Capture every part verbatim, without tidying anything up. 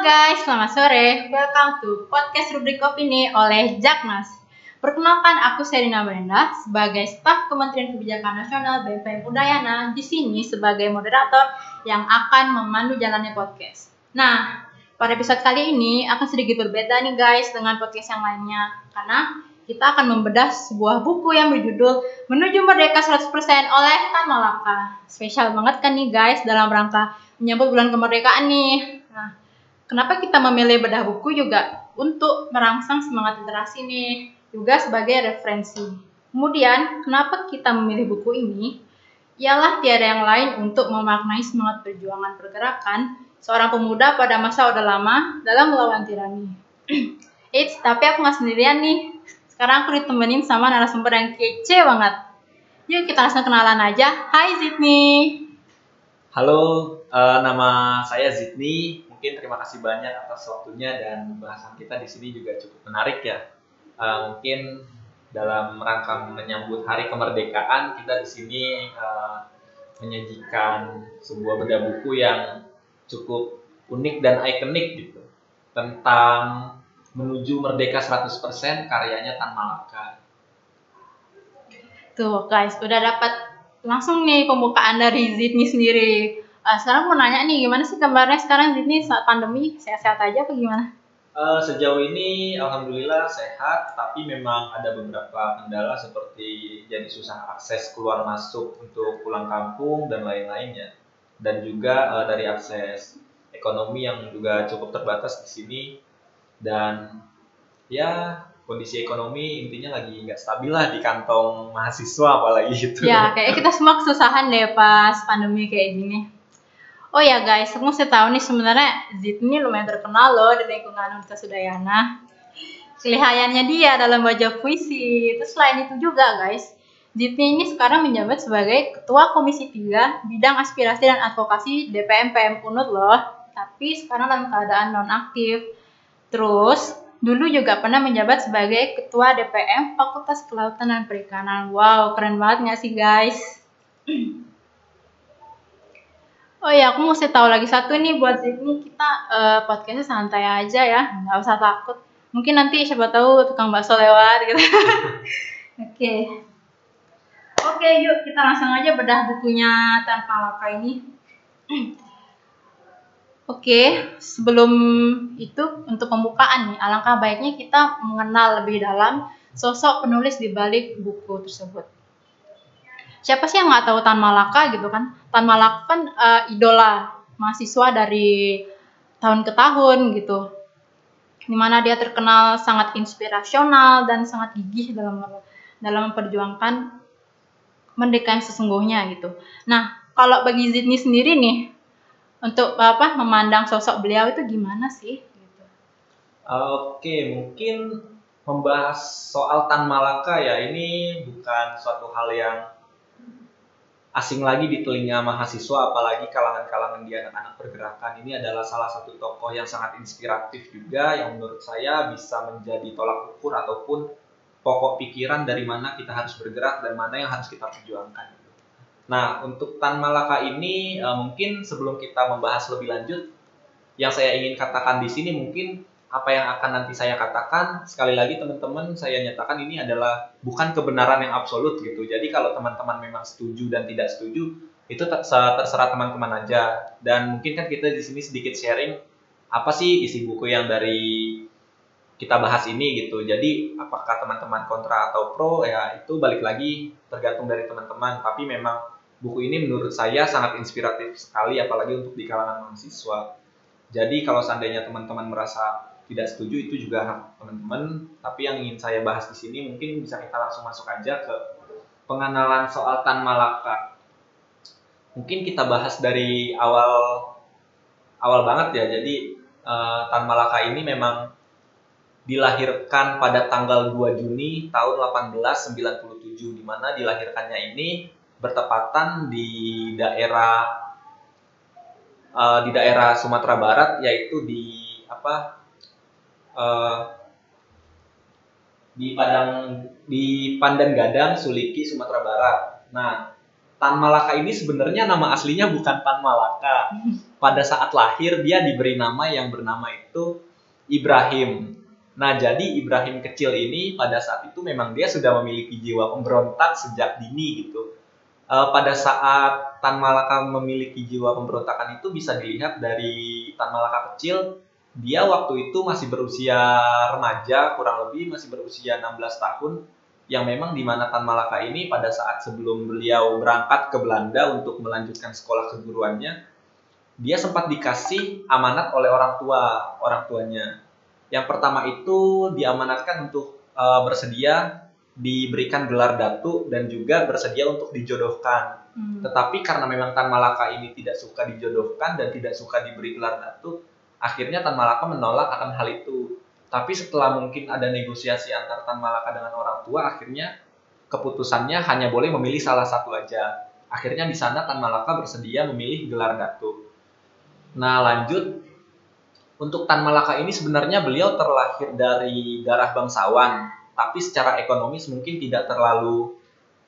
guys, selamat sore. Welcome to podcast rubrik opini oleh Jaknas. Perkenalkan, aku Serina Brenda sebagai staf Kementerian Kebijakan Nasional B P M Udayana di sini sebagai moderator yang akan memandu jalannya podcast. Nah, pada episode kali ini akan sedikit berbeda nih guys dengan podcast yang lainnya karena kita akan membedah sebuah buku yang berjudul Menuju Merdeka seratus persen oleh Tan Malaka. Spesial banget kan nih guys dalam rangka menyambut bulan kemerdekaan nih. Nah, kenapa kita memilih bedah buku juga untuk merangsang semangat literasi nih, juga sebagai referensi. Kemudian, kenapa kita memilih buku ini? Ialah tiada yang lain untuk memaknai semangat perjuangan pergerakan seorang pemuda pada masa Orde Lama dalam melawan tirani. Eits, tapi aku nggak sendirian nih. Sekarang aku ditemenin sama narasumber yang kece banget. Yuk kita langsung kenalan aja. Hai Zidni. Halo, uh, nama saya Zidni. Mungkin terima kasih banyak atas waktunya dan bahasan kita di sini juga cukup menarik ya. Uh, mungkin dalam rangka menyambut Hari Kemerdekaan kita di sini uh, menyajikan sebuah bedah buku yang cukup unik dan ikonik gitu tentang Menuju Merdeka seratus persen karyanya Tan Malaka. Tuh guys, udah dapat langsung nih pembukaan dari Zidni sendiri. Uh, sekarang mau nanya nih, gimana sih kabarnya sekarang Zidni saat pandemi? Sehat-sehat aja apa gimana? Uh, sejauh ini alhamdulillah sehat, tapi memang ada beberapa kendala seperti jadi susah akses keluar masuk untuk pulang kampung dan lain-lainnya. Dan juga uh, dari akses ekonomi yang juga cukup terbatas di sini. Dan ya kondisi ekonomi intinya lagi nggak stabil lah di kantong mahasiswa apalagi gitu. Ya, kayak kita semua kesusahan deh pas pandemi kayak gini. Oh ya guys, aku mesti tahu nih sebenarnya Zidni lumayan terkenal loh di lingkungan Universitas Udayana. Kelihayannya dia dalam baca puisi. Terus selain itu juga guys, Zidni ini sekarang menjabat sebagai Ketua Komisi tiga Bidang Aspirasi dan Advokasi D P M P M Unut loh. Tapi sekarang dalam keadaan non-aktif. Terus, dulu juga pernah menjabat sebagai Ketua D P M Fakultas Kelautan dan Perikanan. Wow, keren banget nggak sih guys? Oh ya, aku mesti tahu lagi satu nih buat Zidni, kita uh, podcastnya santai aja ya, nggak usah takut. Mungkin nanti siapa tahu tukang bakso lewat gitu. Oke, okay. Oke okay, yuk kita langsung aja bedah bukunya Tan Malaka ini. Oke, okay, sebelum itu untuk pembukaan nih, alangkah baiknya kita mengenal lebih dalam sosok penulis di balik buku tersebut. Siapa sih yang nggak tahu Tan Malaka gitu kan? Tan Malaka kan uh, idola mahasiswa dari tahun ke tahun gitu, dimana dia terkenal sangat inspirasional dan sangat gigih dalam dalam memperjuangkan merdeka yang sesungguhnya gitu. Nah, kalau bagi Zidni sendiri nih, untuk apa memandang sosok beliau itu gimana sih? Gitu. Oke, mungkin membahas soal Tan Malaka ya, ini bukan suatu hal yang asing lagi di telinga mahasiswa, apalagi kalangan-kalangan di anak-anak pergerakan. Ini adalah salah satu tokoh yang sangat inspiratif juga, yang menurut saya bisa menjadi tolak ukur ataupun pokok pikiran dari mana kita harus bergerak dan mana yang harus kita perjuangkan. Nah, untuk Tan Malaka ini uh, mungkin sebelum kita membahas lebih lanjut, yang saya ingin katakan di sini mungkin apa yang akan nanti saya katakan, sekali lagi teman-teman saya nyatakan ini adalah bukan kebenaran yang absolut gitu. Jadi kalau teman-teman memang setuju dan tidak setuju, itu terserah teman-teman aja. Dan mungkin kan kita di sini sedikit sharing apa sih isi buku yang dari kita bahas ini gitu. Jadi apakah teman-teman kontra atau pro ya itu balik lagi tergantung dari teman-teman. Tapi memang buku ini menurut saya sangat inspiratif sekali, apalagi untuk di kalangan mahasiswa. Jadi kalau seandainya teman-teman merasa tidak setuju, itu juga hak teman-teman. Tapi yang ingin saya bahas di sini mungkin bisa kita langsung masuk aja ke pengenalan soal Tan Malaka. Mungkin kita bahas dari awal awal banget ya. Jadi uh, Tan Malaka ini memang dilahirkan pada tanggal dua Juni tahun delapan belas sembilan puluh tujuh, di mana dilahirkannya ini bertepatan di daerah uh, di daerah Sumatera Barat, yaitu di apa uh, di Padang di Pandan Gadang, Suliki, Sumatera Barat. Nah, Tan Malaka ini sebenarnya nama aslinya bukan Tan Malaka. Pada saat lahir dia diberi nama yang bernama itu Ibrahim. Nah, jadi Ibrahim kecil ini pada saat itu memang dia sudah memiliki jiwa pemberontak sejak dini gitu. E, pada saat Tan Malaka memiliki jiwa pemberontakan itu bisa dilihat dari Tan Malaka kecil, dia waktu itu masih berusia remaja, kurang lebih masih berusia enam belas tahun, yang memang di mana Tan Malaka ini pada saat sebelum beliau berangkat ke Belanda untuk melanjutkan sekolah keguruannya, dia sempat dikasih amanat oleh orang tua, orang tuanya. Yang pertama itu diamanatkan untuk uh, bersedia diberikan gelar datu dan juga bersedia untuk dijodohkan. Hmm. Tetapi karena memang Tan Malaka ini tidak suka dijodohkan dan tidak suka diberi gelar datu, akhirnya Tan Malaka menolak akan hal itu. Tapi setelah mungkin ada negosiasi antara Tan Malaka dengan orang tua, akhirnya keputusannya hanya boleh memilih salah satu aja. Akhirnya di sana Tan Malaka bersedia memilih gelar datu. Nah, lanjut. Untuk Tan Malaka ini sebenarnya beliau terlahir dari darah bangsawan, tapi secara ekonomis mungkin tidak terlalu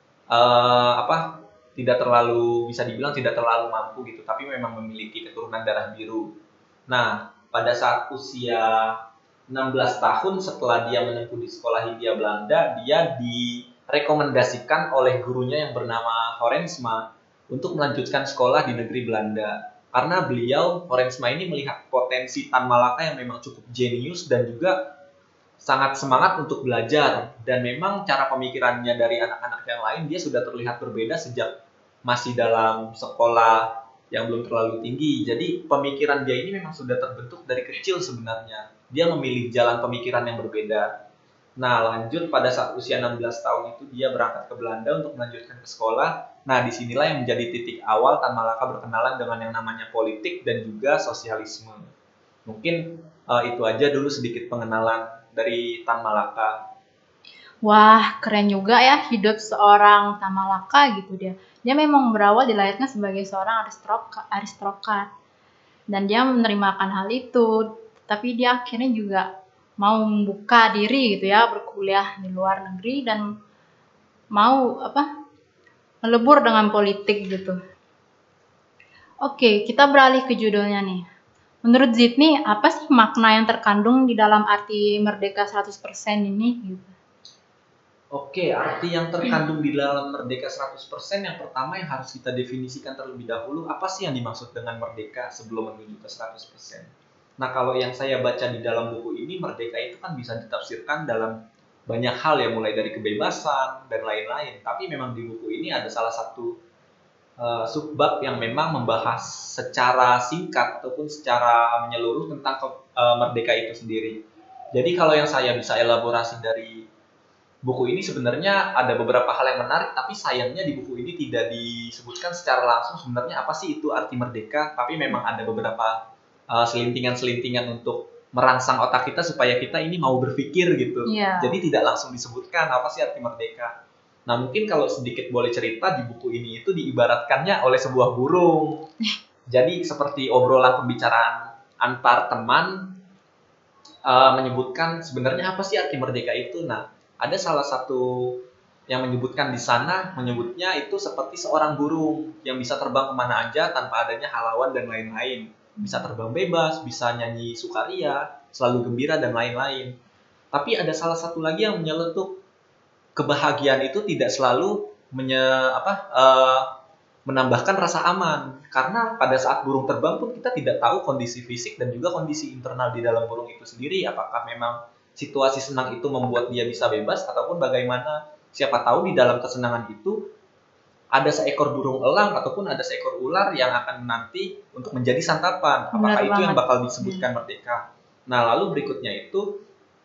uh, apa? Tidak terlalu bisa dibilang tidak terlalu mampu gitu, tapi memang memiliki keturunan darah biru. Nah, pada saat usia enam belas tahun setelah dia menempuh di sekolah Hindia Belanda, dia direkomendasikan oleh gurunya yang bernama Horensma untuk melanjutkan sekolah di negeri Belanda. Karena beliau, Horensma ini melihat potensi Tan Malaka yang memang cukup jenius dan juga sangat semangat untuk belajar. Dan memang cara pemikirannya dari anak-anak yang lain, dia sudah terlihat berbeda sejak masih dalam sekolah yang belum terlalu tinggi. Jadi pemikiran dia ini memang sudah terbentuk dari kecil sebenarnya. Dia memilih jalan pemikiran yang berbeda. Nah, lanjut pada saat usia enam belas tahun itu dia berangkat ke Belanda untuk melanjutkan ke sekolah. Nah, disinilah yang menjadi titik awal Tan Malaka berkenalan dengan yang namanya politik dan juga sosialisme. Mungkin uh, itu aja dulu sedikit pengenalan dari Tan Malaka. Wah, keren juga ya hidup seorang Tan Malaka gitu dia. Dia memang berawal dilahirkan sebagai seorang aristokrat. Dan dia menerimakan hal itu. Tapi dia akhirnya juga mau membuka diri gitu ya, berkuliah di luar negeri dan mau apa melebur dengan politik gitu. Oke, kita beralih ke judulnya nih. Menurut Zidni, apa sih makna yang terkandung di dalam arti merdeka seratus persen ini gitu? Oke, arti yang terkandung di dalam merdeka seratus persen yang pertama yang harus kita definisikan terlebih dahulu, apa sih yang dimaksud dengan merdeka sebelum menuju ke seratus persen? Nah, kalau yang saya baca di dalam buku ini, merdeka itu kan bisa ditafsirkan dalam banyak hal ya, mulai dari kebebasan dan lain-lain. Tapi memang di buku ini ada salah satu uh, subbab yang memang membahas secara singkat ataupun secara menyeluruh tentang uh, merdeka itu sendiri. Jadi kalau yang saya bisa elaborasi dari buku ini sebenarnya ada beberapa hal yang menarik, tapi sayangnya di buku ini tidak disebutkan secara langsung sebenarnya apa sih itu arti merdeka, tapi memang ada beberapa Uh, selintingan-selintingan untuk merangsang otak kita supaya kita ini mau berpikir gitu. Yeah. Jadi tidak langsung disebutkan apa sih arti merdeka. Nah, mungkin kalau sedikit boleh cerita di buku ini itu diibaratkannya oleh sebuah burung. Jadi seperti obrolan pembicaraan antar teman uh, menyebutkan sebenarnya apa sih arti merdeka itu. Nah, ada salah satu yang menyebutkan di sana, menyebutnya itu seperti seorang burung yang bisa terbang kemana aja tanpa adanya halangan dan lain-lain. Bisa terbang bebas, bisa nyanyi sukaria, selalu gembira, dan lain-lain. Tapi ada salah satu lagi yang menyeletuk, kebahagiaan itu tidak selalu menye, apa, uh, menambahkan rasa aman. Karena pada saat burung terbang pun kita tidak tahu kondisi fisik dan juga kondisi internal di dalam burung itu sendiri. Apakah memang situasi senang itu membuat dia bisa bebas, ataupun bagaimana. Siapa tahu di dalam kesenangan itu ada seekor burung elang ataupun ada seekor ular yang akan nanti untuk menjadi santapan. Apakah Benar itu banget. Yang bakal disebutkan merdeka? Nah, lalu berikutnya itu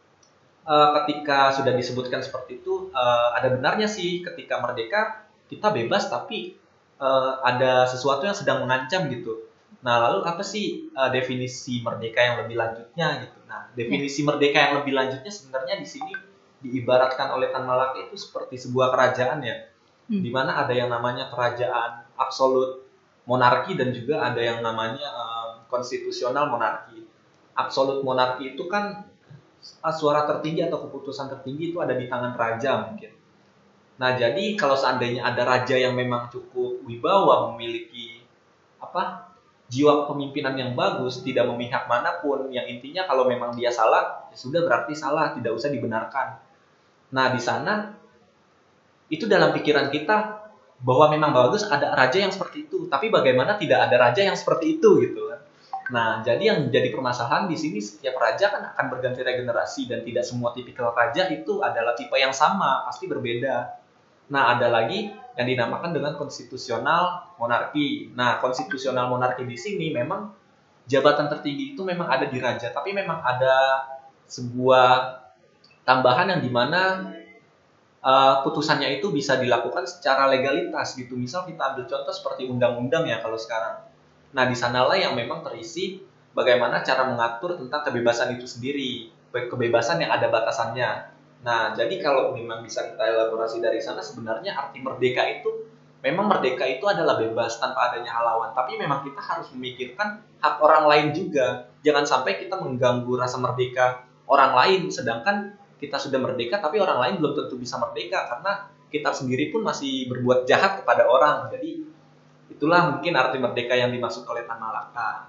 uh, ketika sudah disebutkan seperti itu, uh, ada benarnya sih ketika merdeka kita bebas tapi uh, ada sesuatu yang sedang mengancam gitu. Nah, lalu apa sih uh, definisi merdeka yang lebih lanjutnya gitu? Nah, definisi ya. Merdeka yang lebih lanjutnya sebenarnya di sini diibaratkan oleh Tan Malaka itu seperti sebuah kerajaan ya. Hmm. Di mana ada yang namanya kerajaan absolut monarki dan juga ada yang namanya um, konstitusional monarki. Absolut monarki itu kan suara tertinggi atau keputusan tertinggi itu ada di tangan raja mungkin. Nah, jadi kalau seandainya ada raja yang memang cukup wibawa, memiliki apa jiwa kepemimpinan yang bagus, tidak memihak manapun, yang intinya kalau memang dia salah, ya sudah berarti salah, tidak usah dibenarkan. Nah, di sana itu dalam pikiran kita bahwa memang bagus ada raja yang seperti itu, tapi bagaimana tidak ada raja yang seperti itu gitu kan. Nah, jadi yang menjadi permasalahan di sini setiap raja kan akan berganti regenerasi dan tidak semua tipikal raja itu adalah tipe yang sama, pasti berbeda. Nah, ada lagi yang dinamakan dengan konstitusional monarki. Nah, konstitusional monarki di sini memang jabatan tertinggi itu memang ada di raja, tapi memang ada sebuah tambahan yang dimana uh, putusannya itu bisa dilakukan secara legalitas gitu. Misal kita ambil contoh seperti undang-undang ya kalau sekarang. Nah, di sanalah yang memang terisi bagaimana cara mengatur tentang kebebasan itu sendiri, kebebasan yang ada batasannya. Nah, jadi kalau memang bisa kita elaborasi dari sana, sebenarnya arti merdeka itu, memang merdeka itu adalah bebas tanpa adanya halangan. Tapi memang kita harus memikirkan hak orang lain juga. Jangan sampai kita mengganggu rasa merdeka orang lain, sedangkan kita sudah merdeka, tapi orang lain belum tentu bisa merdeka, karena kita sendiri pun masih berbuat jahat kepada orang. Jadi, itulah mungkin arti merdeka yang dimaksud oleh Tan Malaka.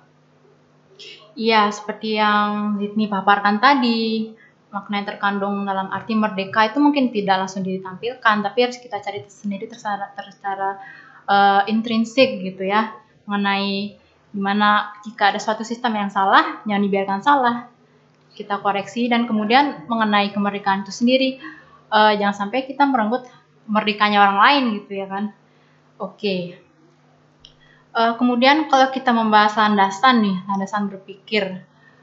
Iya, seperti yang Zidni paparkan tadi, makna yang terkandung dalam arti merdeka itu mungkin tidak langsung ditampilkan, tapi harus kita cari sendiri secara, secara uh, intrinsik gitu ya, mengenai gimana jika ada suatu sistem yang salah, jangan dibiarkan salah, kita koreksi, dan kemudian mengenai kemerdekaan itu sendiri, uh, jangan sampai kita merenggut merdekanya orang lain gitu ya kan. Oke. Okay. Uh, kemudian kalau kita membahas landasan nih, landasan berpikir,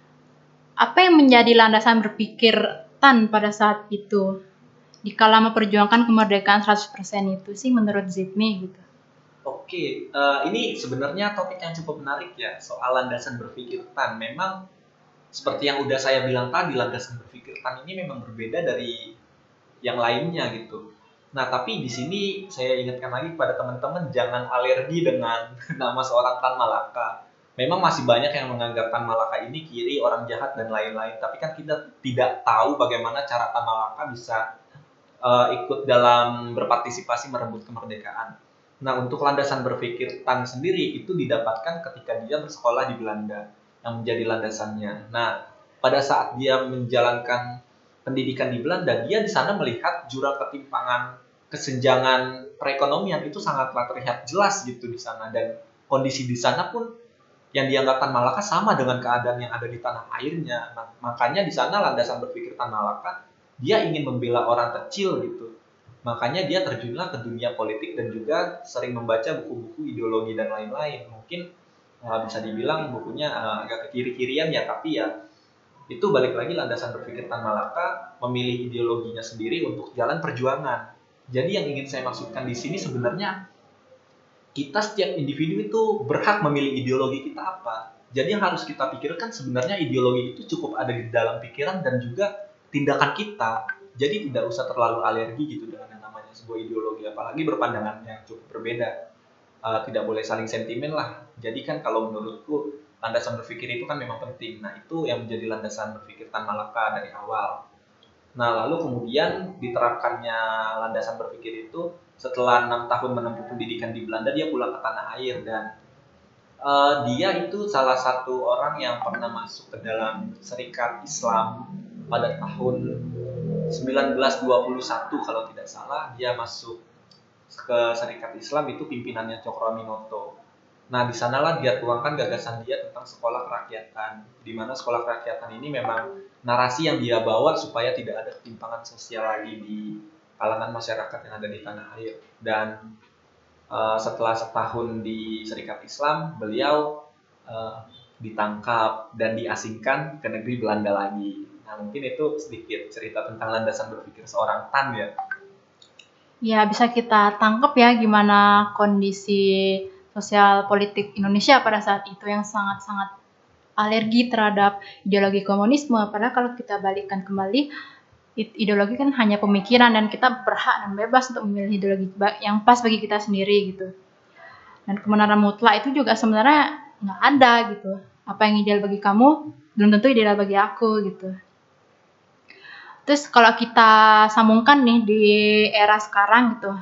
apa yang menjadi landasan berpikir Tan pada saat itu dikala memperjuangkan kemerdekaan seratus persen itu sih menurut Zidni gitu? Oke, uh, ini sebenarnya topik yang cukup menarik ya, soal landasan berpikir Tan. Memang seperti yang udah saya bilang tadi, landasan berpikir Tan ini memang berbeda dari yang lainnya gitu. Nah, tapi di sini saya ingatkan lagi kepada teman-teman, jangan alergi dengan nama seorang Tan Malaka. Memang masih banyak yang menganggap Tan Malaka ini kiri, orang jahat, dan lain-lain. Tapi kan kita tidak tahu bagaimana cara Tan Malaka bisa uh, ikut dalam berpartisipasi merebut kemerdekaan. Nah, untuk landasan berpikir Tan sendiri itu didapatkan ketika dia bersekolah di Belanda, yang menjadi landasannya. Nah, pada saat dia menjalankan pendidikan di Belanda, dia di sana melihat jurang ketimpangan kesenjangan perekonomian itu sangatlah terlihat jelas gitu di sana, dan kondisi di sana pun yang dianggap Tan Malaka sama dengan keadaan yang ada di tanah airnya. Nah, makanya di sana landasan berpikir Tan Malaka, dia ingin membela orang kecil gitu. Makanya dia terjunlah ke dunia politik dan juga sering membaca buku-buku ideologi dan lain-lain. Mungkin uh, bisa dibilang bukunya uh, agak kekiri-kirian ya, tapi ya itu balik lagi landasan berpikir Tan Malaka memilih ideologinya sendiri untuk jalan perjuangan. Jadi yang ingin saya maksudkan di sini sebenarnya kita setiap individu itu berhak memilih ideologi kita apa. Jadi yang harus kita pikirkan sebenarnya ideologi itu cukup ada di dalam pikiran dan juga tindakan kita. Jadi tidak usah terlalu alergi gitu dengan yang namanya sebuah ideologi, apalagi berpandangan yang cukup berbeda. Uh, tidak boleh saling sentimen lah. Jadi kan kalau menurutku landasan berpikir itu kan memang penting. Nah, itu yang menjadi landasan berpikir Tan Malaka dari awal. Nah, lalu kemudian diterapkannya landasan berpikir itu setelah enam tahun menempuh pendidikan di Belanda, dia pulang ke tanah air, dan uh, dia itu salah satu orang yang pernah masuk ke dalam Serikat Islam pada tahun sembilan belas dua puluh satu kalau tidak salah. Dia masuk ke Serikat Islam itu pimpinannya Cokroaminoto. Nah, di sanalah dia tuangkan gagasan dia tentang sekolah kerakyatan, di mana sekolah kerakyatan ini memang narasi yang dia bawa supaya tidak ada ketimpangan sosial lagi di kalangan masyarakat yang ada di tanah air. Dan uh, setelah setahun di Serikat Islam, beliau uh, ditangkap dan diasingkan ke negeri Belanda lagi. Nah, mungkin itu sedikit cerita tentang landasan berpikir seorang Tan ya. Ya, bisa kita tangkap ya gimana kondisi sosial politik Indonesia pada saat itu yang sangat-sangat alergi terhadap ideologi komunisme. Padahal kalau kita balikkan kembali, ideologi kan hanya pemikiran dan kita berhak dan bebas untuk memilih ideologi yang pas bagi kita sendiri gitu. Dan kebenaran mutlak itu juga sebenarnya nggak ada gitu. Apa yang ideal bagi kamu belum tentu ideal bagi aku gitu. Terus kalau kita sambungkan nih di era sekarang gitu,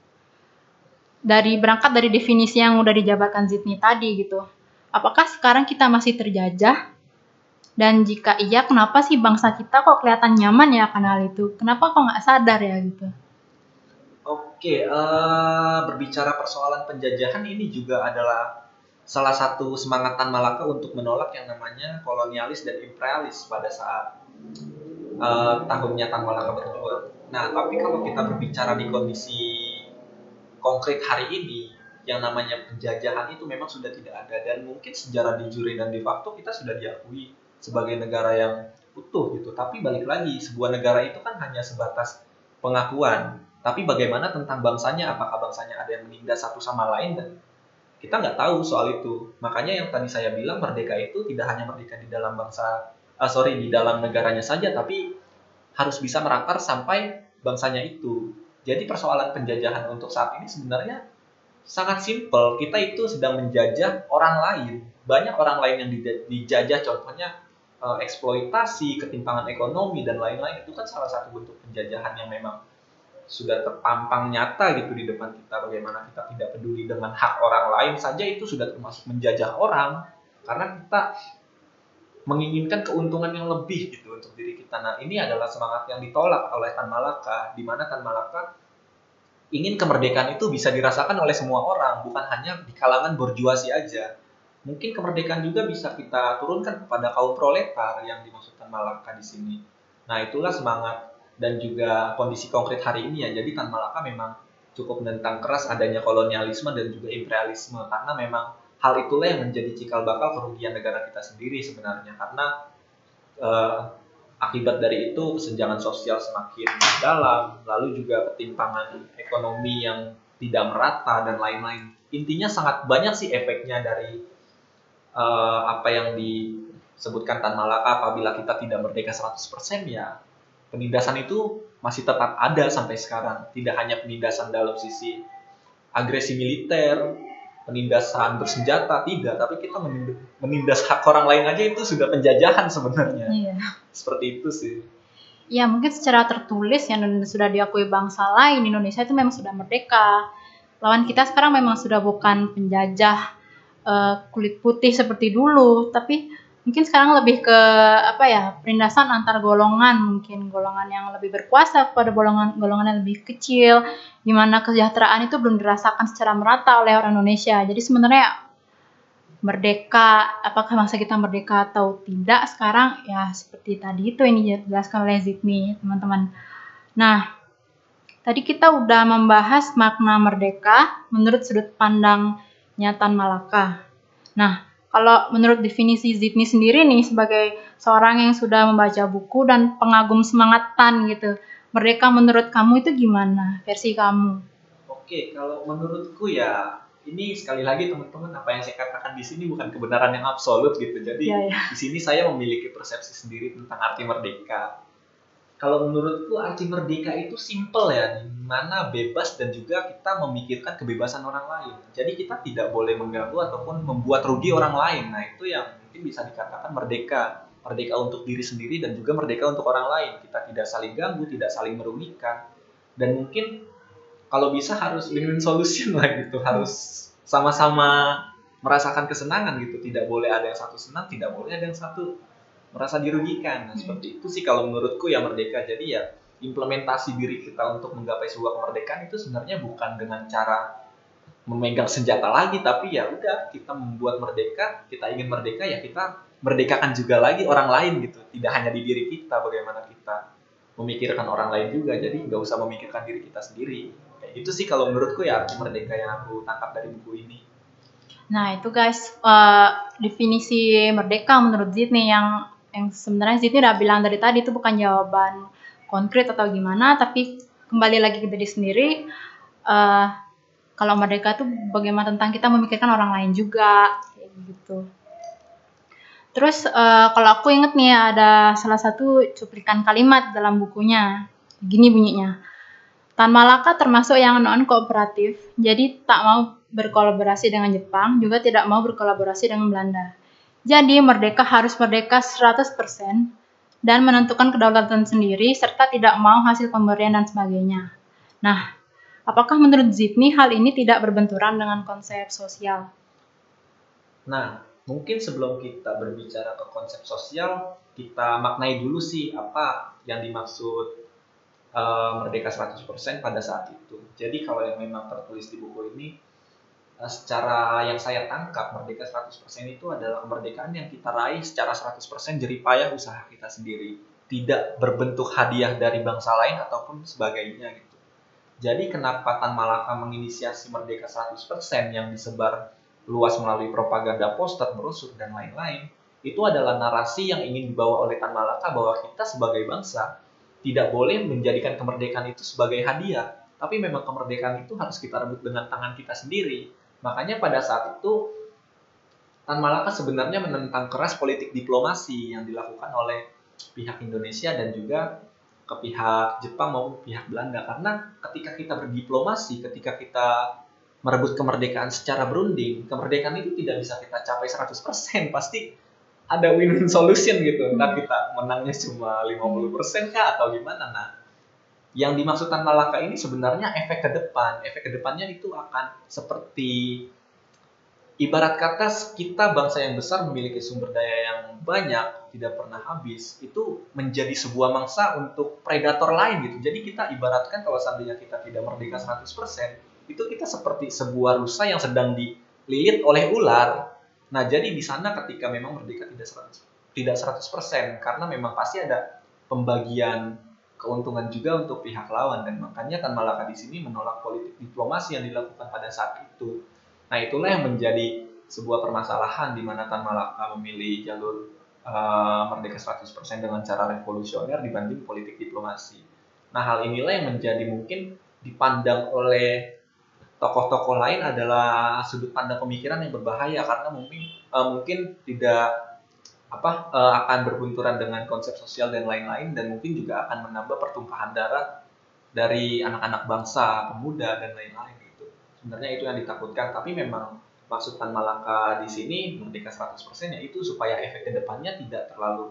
dari berangkat dari definisi yang udah dijabarkan Zidni tadi gitu, apakah sekarang kita masih terjajah? Dan jika iya, kenapa sih bangsa kita kok kelihatan nyaman ya akan hal itu? Kenapa kok nggak sadar ya gitu? Oke, eh, berbicara persoalan penjajahan ini juga adalah salah satu semangat Tan Malaka untuk menolak yang namanya kolonialis dan imperialis pada saat eh, tahunnya Tan Malaka berjuang. Nah, tapi kalau kita berbicara di kondisi konkret hari ini, yang namanya penjajahan itu memang sudah tidak ada, dan mungkin sejarah di jure dan de facto kita sudah diakui sebagai negara yang utuh gitu. Tapi balik lagi, sebuah negara itu kan hanya sebatas pengakuan. Tapi bagaimana tentang bangsanya? Apakah bangsanya ada yang menindas satu sama lain? Dan kita nggak tahu soal itu. Makanya yang tadi saya bilang, merdeka itu tidak hanya merdeka di dalam bangsa, ah, sorry di dalam negaranya saja, tapi harus bisa merakar sampai bangsanya itu. Jadi persoalan penjajahan untuk saat ini sebenarnya sangat simpel. Kita itu sedang menjajah orang lain. Banyak orang lain yang dijajah, contohnya eh, eksploitasi, ketimpangan ekonomi, dan lain-lain. Itu kan salah satu bentuk penjajahan yang memang sudah terpampang nyata gitu di depan kita. Bagaimana kita tidak peduli dengan hak orang lain saja, itu sudah termasuk menjajah orang. Karena kita menginginkan keuntungan yang lebih gitu untuk diri kita. Nah, ini adalah semangat yang ditolak oleh Tan Malaka, di mana Tan Malaka ingin kemerdekaan itu bisa dirasakan oleh semua orang, bukan hanya di kalangan borjuasi aja. Mungkin kemerdekaan juga bisa kita turunkan kepada kaum proletar yang dimaksudkan Malaka di sini. Nah, itulah semangat dan juga kondisi konkret hari ini ya. Jadi Tan Malaka memang cukup menentang keras adanya kolonialisme dan juga imperialisme, karena memang hal itulah yang menjadi cikal bakal kerugian negara kita sendiri sebenarnya. Karena eh, akibat dari itu kesenjangan sosial semakin dalam, lalu juga ketimpangan ekonomi yang tidak merata dan lain-lain. Intinya sangat banyak sih efeknya dari uh, apa yang disebutkan Tan Malaka. Apabila kita tidak merdeka seratus persen, ya penindasan itu masih tetap ada sampai sekarang. Tidak hanya penindasan dalam sisi agresi militer, penindasan bersenjata, tidak, tapi kita menindas hak orang lain aja itu sudah penjajahan sebenarnya. Iya. Seperti itu sih. Ya mungkin secara tertulis yang sudah diakui bangsa lain, Indonesia itu memang sudah merdeka. Lawan kita sekarang memang sudah bukan penjajah uh, kulit putih seperti dulu, tapi mungkin sekarang lebih ke apa ya, penindasan antar golongan, mungkin golongan yang lebih berkuasa kepada golongan golongan yang lebih kecil, di mana kesejahteraan itu belum dirasakan secara merata oleh orang Indonesia. Jadi sebenarnya merdeka, apakah masa kita merdeka atau tidak sekarang, ya seperti tadi itu yang dijelaskan oleh Zidni, teman-teman. Nah, tadi kita udah membahas makna merdeka menurut sudut pandangnya Tan Malaka. Nah, kalau menurut definisi Zidni sendiri nih, sebagai seorang yang sudah membaca buku dan pengagum semangat Tan gitu, merdeka menurut kamu itu gimana versi kamu? Oke, kalau menurutku ya, ini sekali lagi teman-teman, apa yang saya katakan di sini bukan kebenaran yang absolut gitu. Jadi Ya, ya. di sini saya memiliki persepsi sendiri tentang arti merdeka. Kalau menurutku arti merdeka itu simple ya, di mana bebas dan juga kita memikirkan kebebasan orang lain. Jadi kita tidak boleh mengganggu ataupun membuat rugi orang lain. Nah, itu yang mungkin bisa dikatakan merdeka. Merdeka untuk diri sendiri dan juga merdeka untuk orang lain. Kita tidak saling ganggu, tidak saling merugikan. Dan mungkin kalau bisa harus win-win solution lah gitu, harus sama-sama merasakan kesenangan gitu. Tidak boleh ada yang satu senang, tidak boleh ada yang satu merasa dirugikan. Nah, seperti itu sih kalau menurutku ya merdeka. Jadi ya implementasi diri kita untuk menggapai sebuah kemerdekaan itu sebenarnya bukan dengan cara memegang senjata lagi, tapi ya udah, kita membuat merdeka, kita ingin merdeka, ya kita merdekakan juga lagi orang lain gitu. Tidak hanya di diri kita, bagaimana kita memikirkan orang lain juga. Jadi nggak usah memikirkan diri kita sendiri. Kayak gitu sih kalau menurutku ya arti merdeka yang aku tangkap dari buku ini. Nah itu guys, uh, definisi merdeka menurut Zidni yang yang sebenarnya Zidni udah bilang dari tadi itu bukan jawaban konkret atau gimana, tapi kembali lagi ke diri sendiri. Uh, kalau merdeka itu bagaimana tentang kita memikirkan orang lain juga, kayak gitu. Terus uh, kalau aku inget nih ada salah satu cuplikan kalimat dalam bukunya, gini bunyinya. Tan Malaka termasuk yang non-kooperatif, jadi tak mau berkolaborasi dengan Jepang, juga tidak mau berkolaborasi dengan Belanda. Jadi merdeka harus merdeka seratus persen dan menentukan kedaulatan sendiri serta tidak mau hasil pemberian dan sebagainya. Nah, apakah menurut Zidni hal ini tidak berbenturan dengan konsep sosial? Nah, mungkin sebelum kita berbicara ke konsep sosial, kita maknai dulu sih apa yang dimaksud uh, merdeka seratus persen pada saat itu. Jadi kalau yang memang tertulis di buku ini, uh, secara yang saya tangkap, merdeka seratus persen itu adalah kemerdekaan yang kita raih secara seratus persen jeripayah usaha kita sendiri. Tidak berbentuk hadiah dari bangsa lain ataupun sebagainya gitu. Jadi kenapa Tan Malaka menginisiasi merdeka seratus persen yang disebar luas melalui propaganda, poster, brosur, dan lain-lain, itu adalah narasi yang ingin dibawa oleh Tan Malaka bahwa kita sebagai bangsa tidak boleh menjadikan kemerdekaan itu sebagai hadiah, tapi memang kemerdekaan itu harus kita rebut dengan tangan kita sendiri. Makanya pada saat itu Tan Malaka sebenarnya menentang keras politik diplomasi yang dilakukan oleh pihak Indonesia dan juga ke pihak Jepang maupun pihak Belanda, karena ketika kita berdiplomasi, ketika kita merebut kemerdekaan secara berunding, kemerdekaan itu tidak bisa kita capai seratus persen, pasti ada win-win solution gitu. Entah kita menangnya cuma lima puluh persen kah atau gimana. Nah, yang dimaksud Tan Malaka ini sebenarnya efek ke depan. Efek ke depannya itu akan seperti ibarat kata kita bangsa yang besar memiliki sumber daya yang banyak, tidak pernah habis, itu menjadi sebuah mangsa untuk predator lain gitu. Jadi kita ibaratkan kalau seandainya kita tidak merdeka seratus persen, itu kita seperti sebuah rusa yang sedang dililit oleh ular. Nah, jadi di sana ketika memang merdeka tidak seratus persen, tidak seratus persen karena memang pasti ada pembagian keuntungan juga untuk pihak lawan, dan makanya Tan Malaka di sini menolak politik diplomasi yang dilakukan pada saat itu. Nah, itulah yang menjadi sebuah permasalahan di mana Tan Malaka memilih jalur uh, merdeka seratus persen dengan cara revolusioner dibanding politik diplomasi. Nah, hal inilah yang menjadi mungkin dipandang oleh tokoh-tokoh lain adalah sudut pandang pemikiran yang berbahaya karena mungkin uh, mungkin tidak apa uh, akan berbenturan dengan konsep sosial dan lain-lain, dan mungkin juga akan menambah pertumpahan darah dari anak-anak bangsa, pemuda dan lain-lain. Sebenarnya itu yang ditakutkan, tapi memang maksud Tan Malaka di sini merdeka seratus persen ya itu supaya efek kedepannya tidak terlalu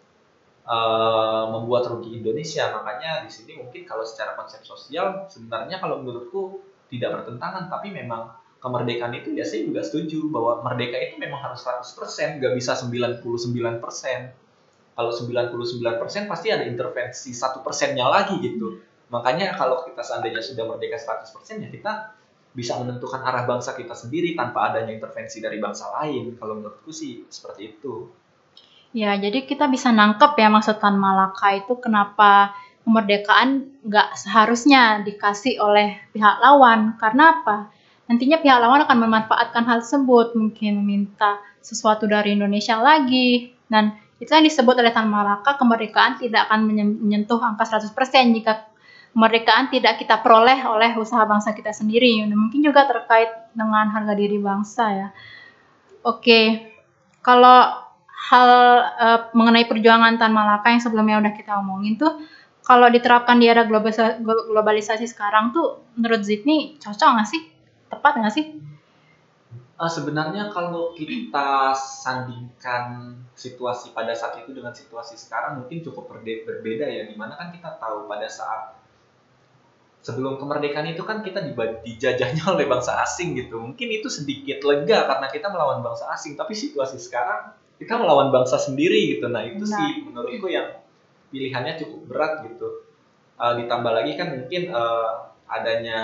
uh, membuat rugi Indonesia. Makanya di sini mungkin kalau secara konsep sosial sebenarnya kalau menurutku tidak bertentangan, tapi memang kemerdekaan itu ya saya juga setuju bahwa merdeka itu memang harus seratus persen, nggak bisa sembilan puluh sembilan persen. Kalau sembilan puluh sembilan persen pasti ada intervensi satu persennya lagi gitu. Makanya kalau kita seandainya sudah merdeka seratus persen ya kita bisa menentukan arah bangsa kita sendiri tanpa adanya intervensi dari bangsa lain. Kalau menurutku sih seperti itu. Ya, jadi kita bisa nangkep ya maksud Tan Malaka itu kenapa kemerdekaan nggak seharusnya dikasih oleh pihak lawan. Karena apa? Nantinya pihak lawan akan memanfaatkan hal tersebut, mungkin meminta sesuatu dari Indonesia lagi. Dan itu yang disebut oleh Tan Malaka, kemerdekaan tidak akan menyentuh angka seratus persen jika kemerdekaan tidak kita peroleh oleh usaha bangsa kita sendiri. Dan mungkin juga terkait dengan harga diri bangsa ya. Oke, kalau hal uh, mengenai perjuangan Tan Malaka yang sebelumnya udah kita omongin tuh, kalau diterapkan di era globalisasi sekarang tuh menurut Zidni cocok nggak sih? Tepat nggak sih? Uh, sebenarnya kalau kita sandingkan situasi pada saat itu dengan situasi sekarang mungkin cukup berbeda ya. Dimana kan kita tahu pada saat sebelum kemerdekaan itu kan kita dijajahnya oleh bangsa asing gitu. Mungkin itu sedikit lega karena kita melawan bangsa asing, tapi situasi sekarang kita melawan bangsa sendiri gitu. Nah, itu nah. sih menurutku yang pilihannya cukup berat gitu. Uh, ditambah lagi kan mungkin uh, adanya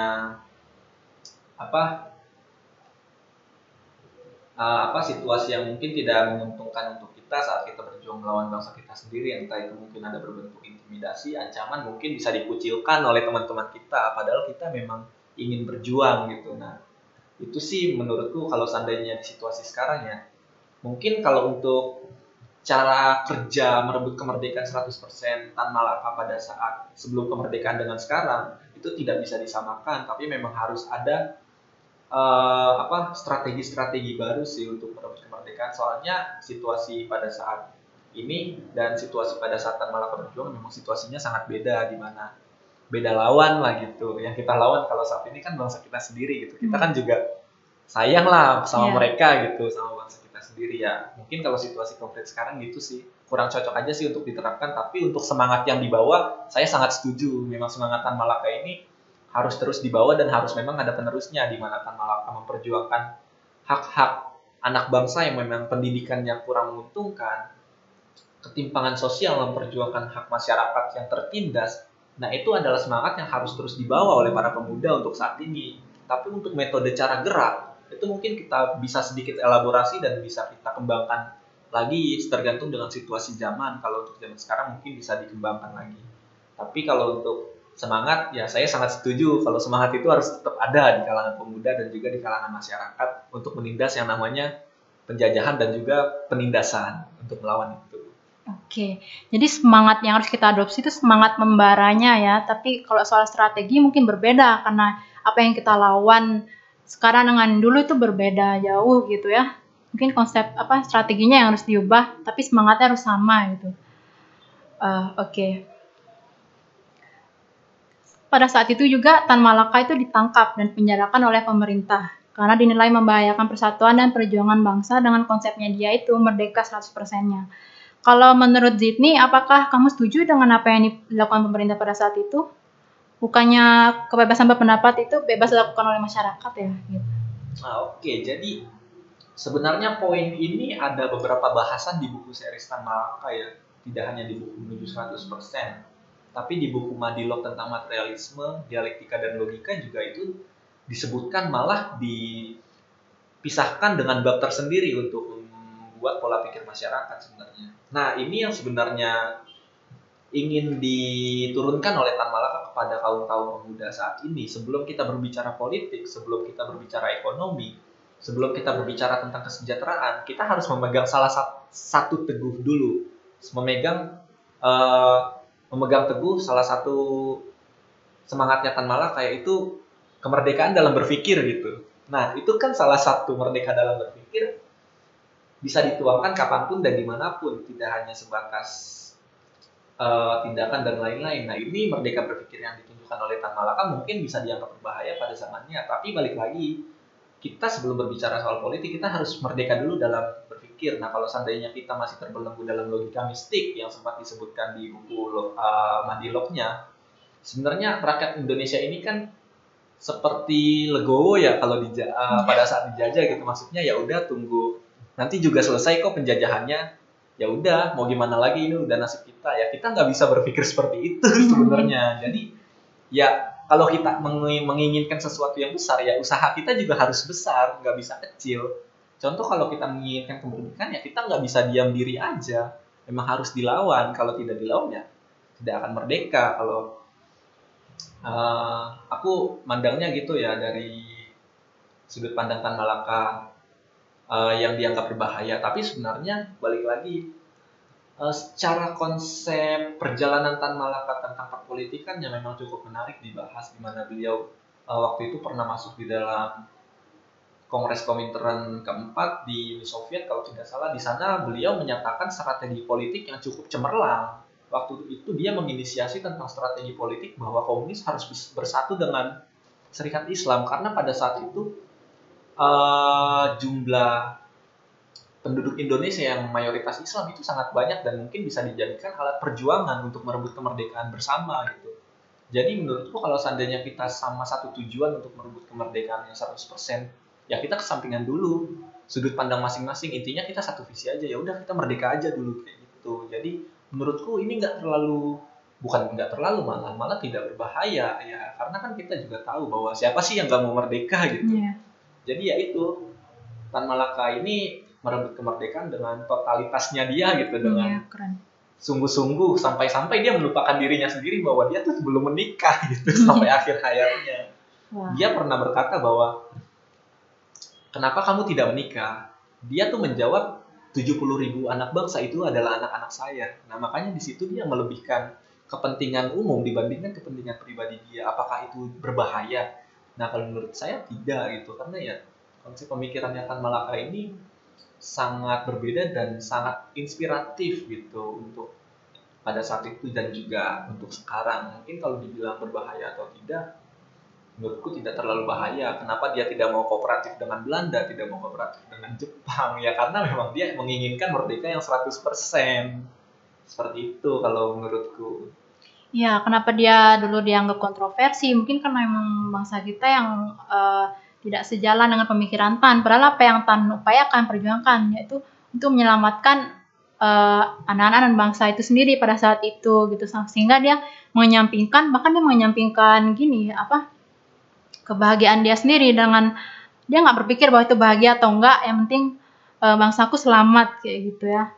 apa uh, apa situasi yang mungkin tidak menguntungkan untuk kita saat kita berjuang melawan bangsa kita sendiri, entah itu mungkin ada berbentuk intimidasi, ancaman, mungkin bisa dikucilkan oleh teman-teman kita, padahal kita memang ingin berjuang gitu. Nah, itu sih menurutku kalau seandainya di situasi sekarang ya, mungkin kalau untuk cara kerja merebut kemerdekaan seratus persen Tan Malaka pada saat sebelum kemerdekaan dengan sekarang, itu tidak bisa disamakan, tapi memang harus ada uh, apa strategi-strategi baru sih untuk merebut kemerdekaan. Soalnya situasi pada saat ini dan situasi pada saat Tan Malaka berjuang memang situasinya sangat beda, di mana beda lawan lah gitu. Yang kita lawan kalau saat ini kan bangsa kita sendiri gitu. Kita kan juga sayang lah sama yeah. mereka gitu, sama bangsa kita sendiri ya. Mungkin kalau situasi konkret sekarang gitu sih. kurang cocok aja sih untuk diterapkan. Tapi untuk semangat yang dibawa, saya sangat setuju. Memang semangat Tan Malaka ini harus terus dibawa dan harus memang ada penerusnya, di mana Tan Malaka memperjuangkan hak-hak anak bangsa yang memang pendidikannya kurang menguntungkan, ketimpangan sosial, memperjuangkan hak masyarakat yang tertindas. Nah, itu adalah semangat yang harus terus dibawa oleh para pemuda untuk saat ini. Tapi untuk metode cara gerak, itu mungkin kita bisa sedikit elaborasi dan bisa kita kembangkan lagi tergantung dengan situasi zaman. Kalau untuk zaman sekarang mungkin bisa dikembangkan lagi. Tapi kalau untuk semangat, ya saya sangat setuju kalau semangat itu harus tetap ada di kalangan pemuda dan juga di kalangan masyarakat untuk menindas yang namanya penjajahan dan juga penindasan untuk melawan itu. Oke, jadi semangat yang harus kita adopsi itu semangat membaranya ya. Tapi kalau soal strategi mungkin berbeda karena apa yang kita lawan sekarang dengan dulu itu berbeda jauh gitu ya. Mungkin konsep apa strateginya yang harus diubah, tapi semangatnya harus sama gitu. Uh, Oke. Okay. Pada saat itu juga Tan Malaka itu ditangkap dan penjarakan oleh pemerintah karena dinilai membahayakan persatuan dan perjuangan bangsa dengan konsepnya dia itu merdeka seratus persen-nya. Kalau menurut Zidni, apakah kamu setuju dengan apa yang dilakukan pemerintah pada saat itu? Bukannya kebebasan berpendapat itu bebas dilakukan oleh masyarakat ya? Gitu. Ah, Oke, okay. Jadi sebenarnya poin ini ada beberapa bahasan di buku series Tan Malaka ya. Tidak hanya di buku Menuju seratus persen, tapi di buku Madilog tentang materialisme, dialektika dan logika juga itu disebutkan, malah dipisahkan dengan bab tersendiri untuk membuat pola pikir masyarakat sebenarnya. Nah, ini yang sebenarnya ingin diturunkan oleh Tan Malaka kepada kaum-kaum pemuda saat ini. Sebelum kita berbicara politik, sebelum kita berbicara ekonomi, sebelum kita berbicara tentang kesejahteraan, kita harus memegang salah satu teguh dulu. Memegang uh, memegang teguh salah satu semangatnya Tan Malaka, yaitu kemerdekaan dalam berpikir gitu. Nah, itu kan salah satu merdeka dalam berpikir bisa dituangkan kapanpun dan dimanapun, tidak hanya sebatas uh, tindakan dan lain-lain. Nah, ini merdeka berpikir yang ditunjukkan oleh Tan Malaka mungkin bisa dianggap berbahaya pada zamannya, tapi balik lagi, kita sebelum berbicara soal politik, kita harus merdeka dulu dalam berpikir. Nah, kalau seandainya kita masih terbelenggu dalam logika mistik yang sempat disebutkan di buku uh, Madilognya, sebenarnya rakyat Indonesia ini kan seperti legowo ya kalau dija- uh, pada saat dijajah gitu. Maksudnya ya udah tunggu nanti juga selesai kok penjajahannya, ya udah mau gimana lagi, ini udah nasib kita ya. Kita nggak bisa berpikir seperti itu sebenarnya. Jadi ya kalau kita menginginkan sesuatu yang besar, ya usaha kita juga harus besar, nggak bisa kecil. Contoh kalau kita menginginkan kemerdekaan, ya kita nggak bisa diam diri aja, memang harus dilawan. Kalau tidak dilawan ya tidak akan merdeka. Kalau uh, aku mandangnya gitu ya, dari sudut pandang Tan Malaka Uh, yang dianggap berbahaya. Tapi sebenarnya balik lagi, uh, secara konsep perjalanan Tan Malaka tentang perpolitikan yang memang cukup menarik dibahas, di mana beliau uh, waktu itu pernah masuk di dalam Kongres Komintern keempat di Uni Soviet kalau tidak salah. Di sana beliau menyatakan strategi politik yang cukup cemerlang. Waktu itu dia menginisiasi tentang strategi politik bahwa komunis harus bersatu dengan Serikat Islam, karena pada saat itu Uh, jumlah penduduk Indonesia yang mayoritas Islam itu sangat banyak dan mungkin bisa dijadikan alat perjuangan untuk merebut kemerdekaan bersama gitu. Jadi menurutku kalau seandainya kita sama satu tujuan untuk merebut kemerdekaan yang seratus persen, ya kita kesampingan dulu sudut pandang masing-masing. Intinya kita satu visi aja, ya udah kita merdeka aja dulu kayak gitu. Jadi menurutku ini nggak terlalu bukan nggak terlalu malah malah tidak berbahaya ya, karena kan kita juga tahu bahwa siapa sih yang nggak mau merdeka gitu. Yeah. Jadi ya itu, Tan Malaka ini merebut kemerdekaan dengan totalitasnya dia gitu, dengan ya, keren. Sungguh-sungguh sampai-sampai dia melupakan dirinya sendiri bahwa dia tuh belum menikah gitu sampai akhir hayatnya. Wow. Dia pernah berkata bahwa kenapa kamu tidak menikah? Dia tuh menjawab tujuh puluh ribu anak bangsa itu adalah anak-anak saya. Nah, makanya di situ dia melebihkan kepentingan umum dibandingkan kepentingan pribadi dia. Apakah itu berbahaya? Nah, kalau menurut saya tidak gitu, karena ya konsep pemikirannya Tan Malaka ini sangat berbeda dan sangat inspiratif gitu untuk pada saat itu dan juga untuk sekarang. Mungkin kalau dibilang berbahaya atau tidak, menurutku tidak terlalu bahaya. Kenapa dia tidak mau kooperatif dengan Belanda, tidak mau kooperatif dengan Jepang? Ya karena memang dia menginginkan merdeka yang seratus persen. Seperti itu kalau menurutku. Ya, kenapa dia dulu dianggap kontroversi? Mungkin karena memang bangsa kita yang uh, tidak sejalan dengan pemikiran Tan. Padahal apa yang Tan upayakan, perjuangkan, yaitu untuk menyelamatkan uh, anak-anak dan bangsa itu sendiri pada saat itu, gitu. Sehingga dia menyampingkan, bahkan dia menyampingkan gini, apa kebahagiaan dia sendiri dengan dia nggak berpikir bahwa itu bahagia atau enggak. Yang penting uh, bangsaku selamat kayak gitu ya.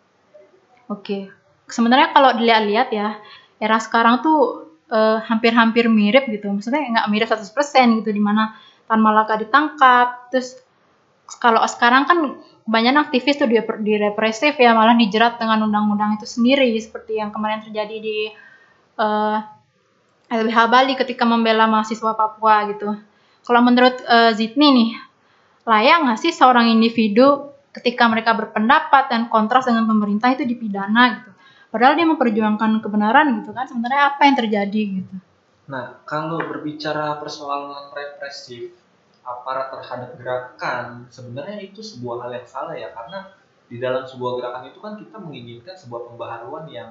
Oke. Sebenarnya kalau dilihat-lihat ya, era sekarang tuh eh, hampir-hampir mirip gitu. Maksudnya nggak mirip seratus persen gitu, di mana Tan Malaka ditangkap. Terus kalau sekarang kan kebanyakan aktivis tuh direpresif ya, malah dijerat dengan undang-undang itu sendiri, seperti yang kemarin terjadi di eh, L B H Bali ketika membela mahasiswa Papua gitu. Kalau menurut eh, Zidni nih, layak nggak sih seorang individu ketika mereka berpendapat dan kontras dengan pemerintah itu dipidana gitu? Padahal dia memperjuangkan kebenaran gitu kan, sebenarnya apa yang terjadi gitu. Nah, kalau berbicara persoalan represif aparat terhadap gerakan, sebenarnya itu sebuah hal yang salah ya, karena di dalam sebuah gerakan itu kan kita menginginkan sebuah pembaharuan yang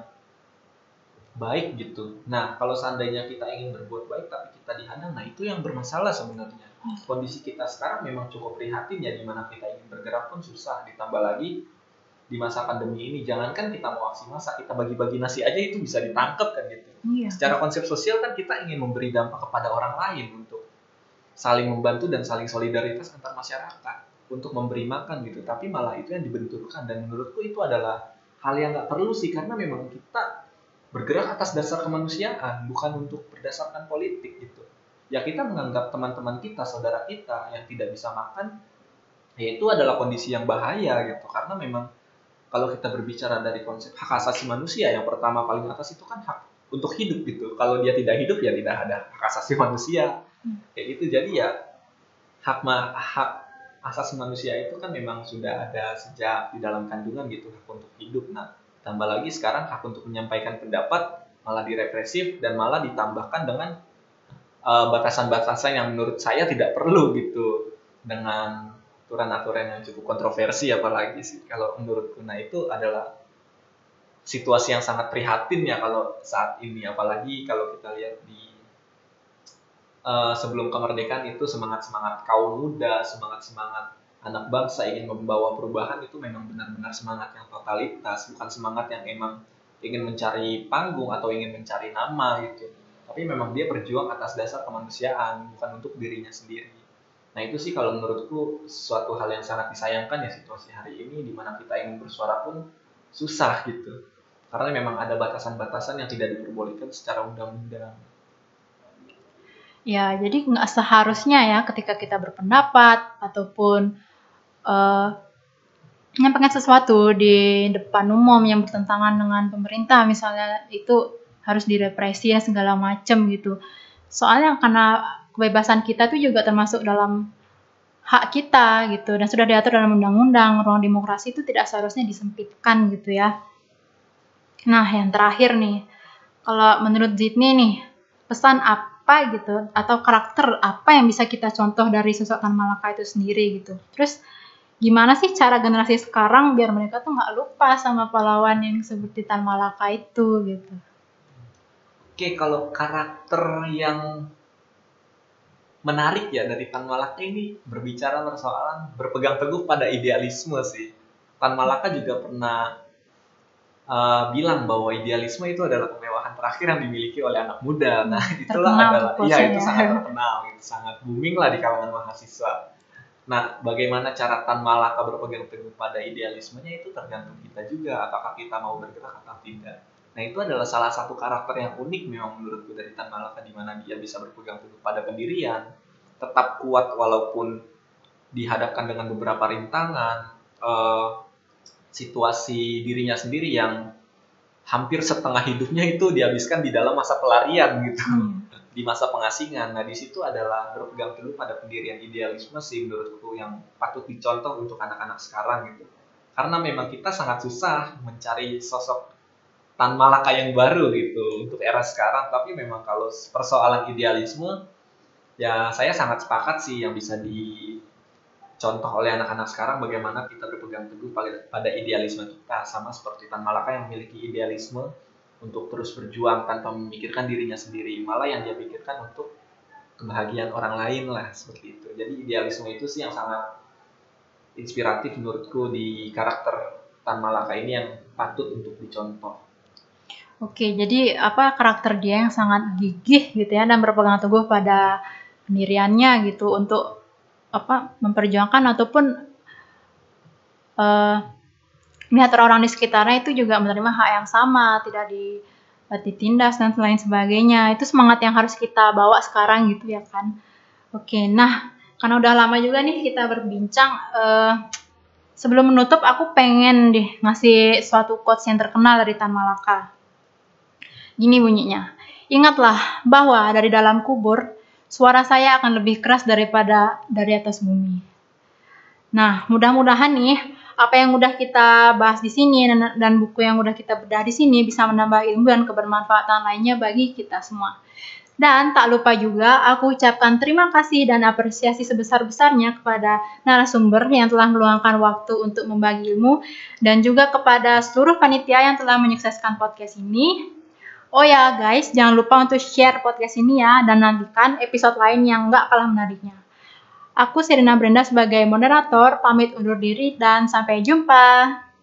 baik gitu. Nah, kalau seandainya kita ingin berbuat baik tapi kita dihadang, nah itu yang bermasalah sebenarnya. Kondisi kita sekarang memang cukup prihatin ya, dimana kita ingin bergerak pun susah, ditambah lagi di masa pandemi ini, jangankan kita mau aksi massa, kita bagi-bagi nasi aja itu bisa ditangkap kan gitu. Iya. Secara konsep sosial kan kita ingin memberi dampak kepada orang lain untuk saling membantu dan saling solidaritas antar masyarakat untuk memberi makan gitu, tapi malah itu yang dibenturkan, dan menurutku itu adalah hal yang nggak perlu sih, karena memang kita bergerak atas dasar kemanusiaan, bukan untuk berdasarkan politik gitu. Ya kita menganggap teman-teman kita, saudara kita yang tidak bisa makan, ya itu adalah kondisi yang bahaya gitu, karena memang kalau kita berbicara dari konsep hak asasi manusia, yang pertama paling atas itu kan hak untuk hidup gitu. Kalau dia tidak hidup ya tidak ada hak asasi manusia. Kayak gitu. Jadi ya hak ma- hak asasi manusia itu kan memang sudah ada sejak di dalam kandungan gitu, hak untuk hidup. Nah, tambah lagi sekarang hak untuk menyampaikan pendapat malah direpresif dan malah ditambahkan dengan uh, batasan-batasan yang menurut saya tidak perlu gitu, dengan aturan-aturan yang cukup kontroversi apalagi sih kalau menurutku. Nah itu adalah situasi yang sangat prihatin ya kalau saat ini, apalagi kalau kita lihat di uh, sebelum kemerdekaan itu semangat-semangat kaum muda, semangat-semangat anak bangsa ingin membawa perubahan itu memang benar-benar semangat yang totalitas, bukan semangat yang emang ingin mencari panggung atau ingin mencari nama gitu, tapi memang dia berjuang atas dasar kemanusiaan, bukan untuk dirinya sendiri. Nah itu sih kalau menurutku suatu hal yang sangat disayangkan ya, situasi hari ini di mana kita ingin bersuara pun susah gitu. Karena memang ada batasan-batasan yang tidak diperbolehkan secara undang-undang. Ya, jadi nggak seharusnya ya ketika kita berpendapat ataupun uh, menyampaikan sesuatu di depan umum yang bertentangan dengan pemerintah misalnya, itu harus direpresi dan segala macam gitu. Soalnya karena kebebasan kita itu juga termasuk dalam hak kita gitu, dan sudah diatur dalam undang-undang. Ruang demokrasi itu tidak seharusnya disempitkan gitu ya. Nah, yang terakhir nih, kalau menurut Zidni nih, pesan apa gitu atau karakter apa yang bisa kita contoh dari sosok Tan Malaka itu sendiri gitu. Terus gimana sih cara generasi sekarang biar mereka tuh nggak lupa sama pahlawan yang seperti Tan Malaka itu gitu. Oke, kalau karakter yang menarik ya dari Tan Malaka ini berbicara persoalan berpegang teguh pada idealisme sih. Tan Malaka juga pernah uh, bilang bahwa idealisme itu adalah kemewahan terakhir yang dimiliki oleh anak muda. Nah, itulah Terkenal adalah iya itu ya. sangat terkenal, gitu, sangat booming lah di kalangan mahasiswa. Nah, bagaimana cara Tan Malaka berpegang teguh pada idealismenya itu tergantung kita juga, apakah kita mau bergerak atau tidak. Nah, itu adalah salah satu karakter yang unik memang menurutku dari Tan Malaka, di mana dia bisa berpegang teguh pada pendirian, tetap kuat walaupun dihadapkan dengan beberapa rintangan, uh, situasi dirinya sendiri yang hampir setengah hidupnya itu dihabiskan di dalam masa pelarian gitu. Hmm. Di masa pengasingan. Nah, di situ adalah berpegang teguh pada pendirian idealisme sih menurutku yang patut dicontoh untuk anak-anak sekarang gitu. Karena memang kita sangat susah mencari sosok Tan Malaka yang baru gitu untuk era sekarang, tapi memang kalau persoalan idealisme ya saya sangat sepakat sih yang bisa di dicontoh oleh anak-anak sekarang bagaimana kita berpegang teguh pada, pada idealisme kita, sama seperti Tan Malaka yang memiliki idealisme untuk terus berjuang tanpa memikirkan dirinya sendiri, malah yang dia pikirkan untuk kebahagiaan orang lain lah, seperti itu. Jadi idealisme itu sih yang sangat inspiratif menurutku di karakter Tan Malaka ini yang patut untuk dicontoh. Oke, jadi apa karakter dia yang sangat gigih gitu ya dan berpegang teguh pada pendiriannya gitu untuk apa memperjuangkan ataupun uh, melihat orang di sekitarnya itu juga menerima hak yang sama, tidak di, ditindas dan lain sebagainya. Itu semangat yang harus kita bawa sekarang gitu ya kan. Oke, nah karena udah lama juga nih kita berbincang, uh, sebelum menutup aku pengen deh ngasih suatu quotes yang terkenal dari Tan Malaka. Gini bunyinya, ingatlah bahwa dari dalam kubur, suara saya akan lebih keras daripada dari atas bumi. Nah, mudah-mudahan nih, apa yang udah kita bahas di sini dan, dan buku yang udah kita bedah di sini bisa menambah ilmu dan kebermanfaatan lainnya bagi kita semua. Dan tak lupa juga aku ucapkan terima kasih dan apresiasi sebesar-besarnya kepada narasumber yang telah meluangkan waktu untuk membagi ilmu dan juga kepada seluruh panitia yang telah menyukseskan podcast ini. Oh ya guys, jangan lupa untuk share podcast ini ya, dan nantikan episode lain yang gak kalah menariknya. Aku Serina Brenda sebagai moderator, pamit undur diri dan sampai jumpa.